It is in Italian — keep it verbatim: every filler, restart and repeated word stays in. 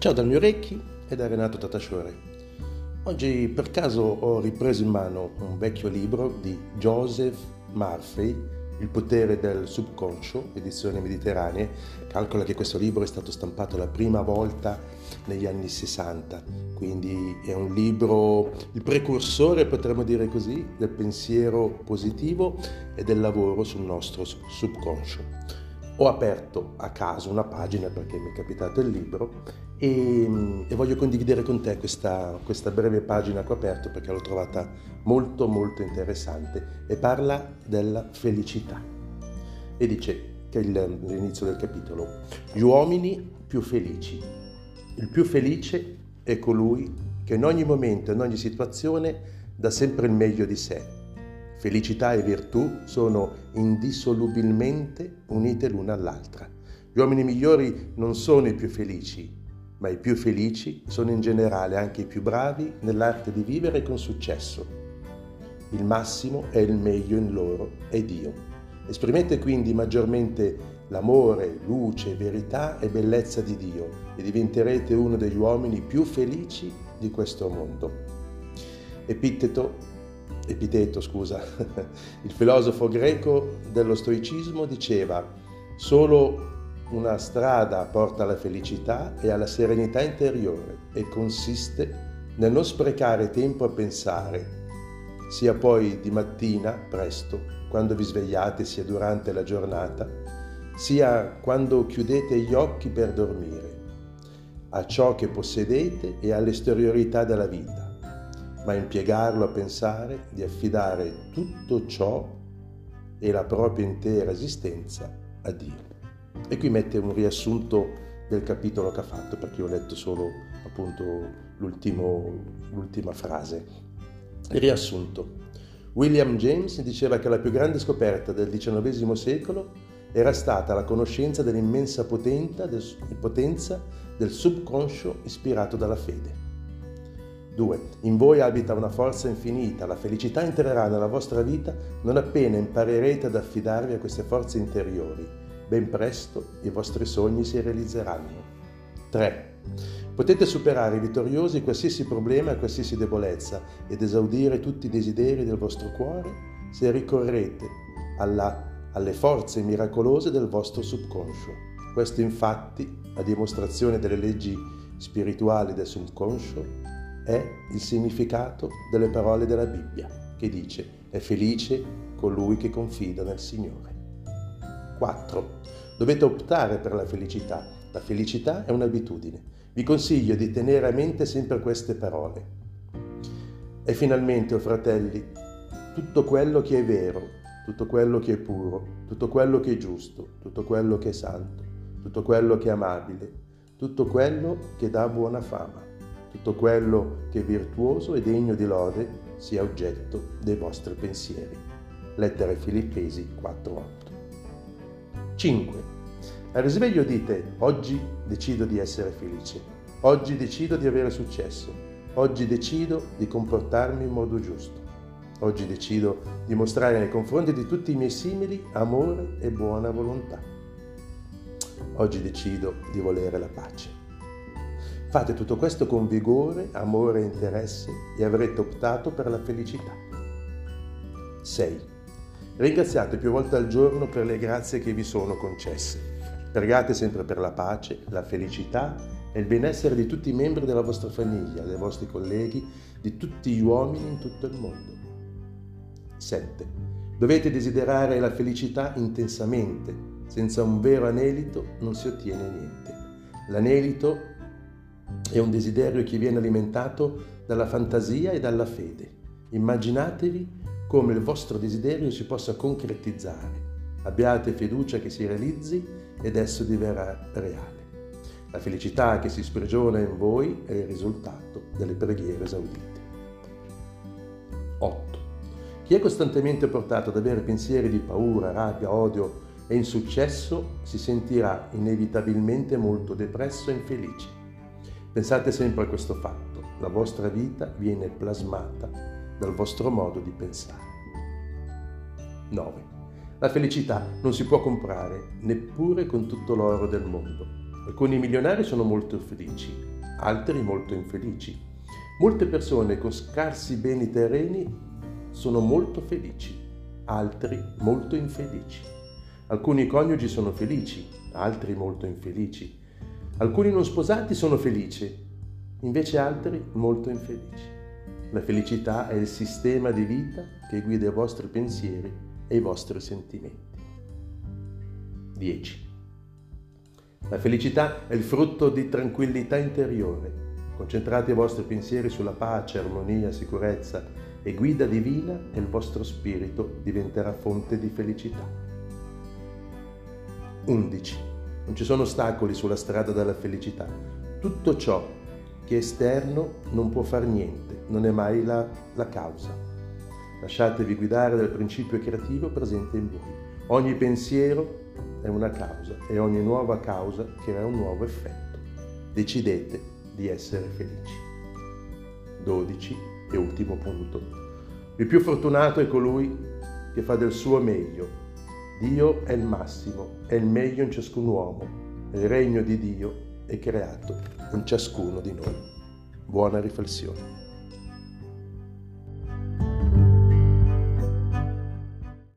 Ciao dal mio Recchi e da Renato Tattasciore. Oggi per caso ho ripreso in mano un vecchio libro di Joseph Murphy, Il potere del subconscio, edizioni mediterranee. Calcola che questo libro è stato stampato la prima volta negli anni sessanta, quindi è un libro, il precursore, potremmo dire così, del pensiero positivo e del lavoro sul nostro subconscio. Ho aperto a caso una pagina perché mi è capitato il libro e, e voglio condividere con te questa, questa breve pagina che ho aperto perché l'ho trovata molto molto interessante e parla della felicità. E dice che il, l'inizio del capitolo: gli uomini più felici. Il più felice è colui che in ogni momento e in ogni situazione dà sempre il meglio di sé. Felicità e virtù sono indissolubilmente unite l'una all'altra. Gli uomini migliori non sono i più felici, ma i più felici sono in generale anche i più bravi nell'arte di vivere con successo. Il massimo è il meglio in loro è Dio. Esprimete quindi maggiormente l'amore, luce, verità e bellezza di Dio e diventerete uno degli uomini più felici di questo mondo. Epiteto Epiteto, scusa, il filosofo greco dello stoicismo diceva: solo una strada porta alla felicità e alla serenità interiore e consiste nel non sprecare tempo a pensare, sia poi di mattina presto, quando vi svegliate, sia durante la giornata, sia quando chiudete gli occhi per dormire, a ciò che possedete e all'esteriorità della vita, ma impiegarlo a pensare di affidare tutto ciò e la propria intera esistenza a Dio. E qui mette un riassunto del capitolo che ha fatto, perché ho letto solo appunto l'ultimo, l'ultima frase. Il riassunto: William James diceva che la più grande scoperta del diciannovesimo secolo era stata la conoscenza dell'immensa potenza del, potenza del subconscio ispirato dalla fede. due. In voi abita una forza infinita, la felicità entrerà nella vostra vita non appena imparerete ad affidarvi a queste forze interiori. Ben presto i vostri sogni si realizzeranno. tre. Potete superare vittoriosi qualsiasi problema e qualsiasi debolezza ed esaudire tutti i desideri del vostro cuore se ricorrete alla, alle forze miracolose del vostro subconscio. Questo infatti, a dimostrazione delle leggi spirituali del subconscio, è il significato delle parole della Bibbia, che dice: è felice colui che confida nel Signore. quattro. Dovete optare per la felicità. La felicità è un'abitudine. Vi consiglio di tenere a mente sempre queste parole. E finalmente, o fratelli, tutto quello che è vero, tutto quello che è puro, tutto quello che è giusto, tutto quello che è santo, tutto quello che è amabile, tutto quello che dà buona fama, tutto quello che è virtuoso e degno di lode sia oggetto dei vostri pensieri. Lettera ai Filippesi quattro otto. cinque. Al risveglio dite: oggi decido di essere felice, oggi decido di avere successo, oggi decido di comportarmi in modo giusto, oggi decido di mostrare nei confronti di tutti i miei simili amore e buona volontà, oggi decido di volere la pace. Fate tutto questo con vigore, amore e interesse e avrete optato per la felicità. sei. Ringraziate più volte al giorno per le grazie che vi sono concesse. Pregate sempre per la pace, la felicità e il benessere di tutti i membri della vostra famiglia, dei vostri colleghi, di tutti gli uomini in tutto il mondo. sette. Dovete desiderare la felicità intensamente. Senza un vero anelito non si ottiene niente. L'anelito è un desiderio che viene alimentato dalla fantasia e dalla fede. Immaginatevi come il vostro desiderio si possa concretizzare. Abbiate fiducia che si realizzi ed esso diverrà reale. La felicità che si sprigiona in voi è il risultato delle preghiere esaudite. otto. Chi è costantemente portato ad avere pensieri di paura, rabbia, odio e insuccesso si sentirà inevitabilmente molto depresso e infelice. Pensate sempre a questo fatto: la vostra vita viene plasmata dal vostro modo di pensare. nove. La felicità non si può comprare neppure con tutto l'oro del mondo. Alcuni milionari sono molto felici, altri molto infelici. Molte persone con scarsi beni terreni sono molto felici, altri molto infelici. Alcuni coniugi sono felici, altri molto infelici. Alcuni non sposati sono felici, invece altri molto infelici. La felicità è il sistema di vita che guida i vostri pensieri e i vostri sentimenti. dieci. La felicità è il frutto di tranquillità interiore. Concentrate i vostri pensieri sulla pace, armonia, sicurezza e guida divina e il vostro spirito diventerà fonte di felicità. undici. Non ci sono ostacoli sulla strada della felicità. Tutto ciò che è esterno non può far niente, non è mai la, la causa. Lasciatevi guidare dal principio creativo presente in voi. Ogni pensiero è una causa e ogni nuova causa crea un nuovo effetto. Decidete di essere felici. dodici e ultimo punto. Il più fortunato è colui che fa del suo meglio. Dio è il massimo, è il meglio in ciascun uomo. Il regno di Dio è creato in ciascuno di noi. Buona riflessione.